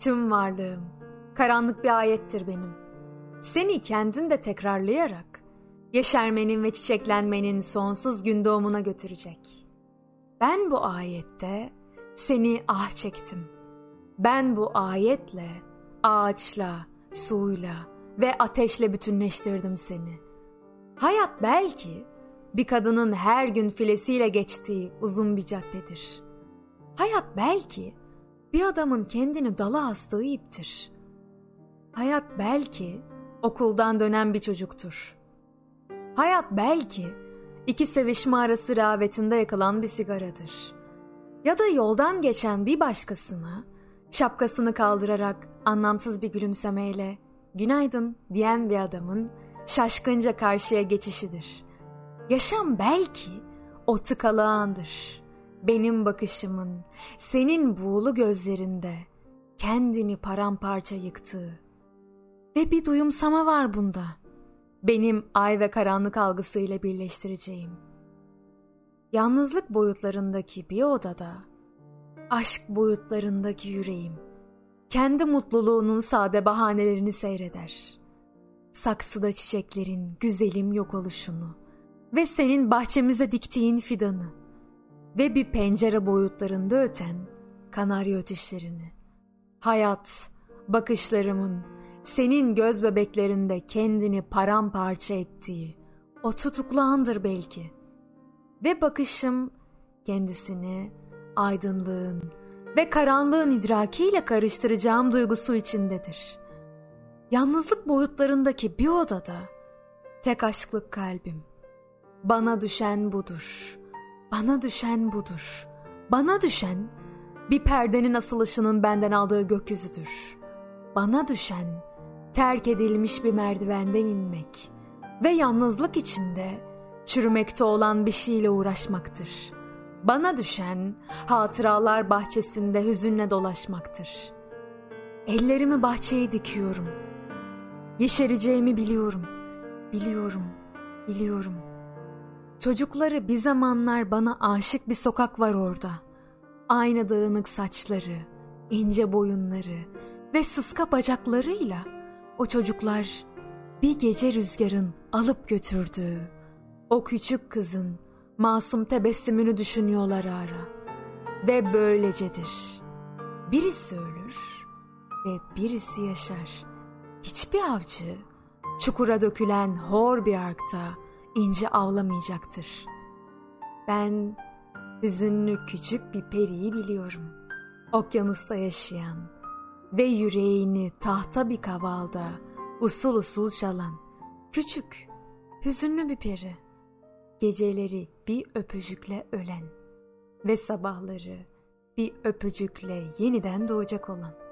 tüm varlığım, karanlık bir ayettir benim. Seni kendin de tekrarlayarak, yeşermenin ve çiçeklenmenin sonsuz gün doğumuna götürecek. Ben bu ayette seni çektim. Ben bu ayetle, ağaçla, suyla ve ateşle bütünleştirdim seni. Hayat belki bir kadının her gün filesiyle geçtiği uzun bir caddedir. Hayat belki bir adamın kendini dala astığı iptir. Hayat belki okuldan dönen bir çocuktur. Hayat belki iki sevişme arası rağbetinde yakılan bir sigaradır. Ya da yoldan geçen bir başkasına şapkasını kaldırarak anlamsız bir gülümsemeyle "Günaydın" diyen bir adamın şaşkınca karşıya geçişidir. Yaşam belki o tıkalı andır. Benim bakışımın senin buğulu gözlerinde kendini paramparça yıktığı. Ve bir duyumsama var bunda. Benim ay ve karanlık algısıyla birleştireceğim. Yalnızlık boyutlarındaki bir odada, aşk boyutlarındaki yüreğim, kendi mutluluğunun sade bahanelerini seyreder. Saksıda çiçeklerin güzelim yok oluşunu ve senin bahçemize diktiğin fidanı ve bir pencere boyutlarında öten kanarya ötüşlerini. Hayat, bakışlarımın senin göz bebeklerinde kendini paramparça ettiği o tutuklu andır belki. Ve bakışım kendisini aydınlığın ve karanlığın idrakiyle karıştıracağım duygusu içindedir. Yalnızlık boyutlarındaki bir odada tek aşklık kalbim. Bana düşen budur. Bana düşen budur. Bana düşen bir perdenin asılışının benden aldığı gökyüzüdür. Bana düşen terk edilmiş bir merdivenden inmek ve yalnızlık içinde çürümekte olan bir şeyle uğraşmaktır. Bana düşen hatıralar bahçesinde hüzünle dolaşmaktır. Ellerimi bahçeye dikiyorum. Yeşereceğimi biliyorum. Biliyorum. Çocukları bir zamanlar bana aşık bir sokak var orada. Aynı dağınık saçları, ince boyunları ve sıska bacaklarıyla o çocuklar bir gece rüzgarın alıp götürdüğü o küçük kızın masum tebessümünü düşünüyorlar ara. Ve böylecedir. Birisi ölür ve birisi yaşar. Hiçbir avcı çukura dökülen hor bir arkta ince avlamayacaktır. Ben hüzünlü küçük bir periyi biliyorum. Okyanusta yaşayan ve yüreğini tahta bir kavalda usul usul çalan küçük, hüzünlü bir peri. Geceleri bir öpücükle ölen ve sabahları bir öpücükle yeniden doğacak olan.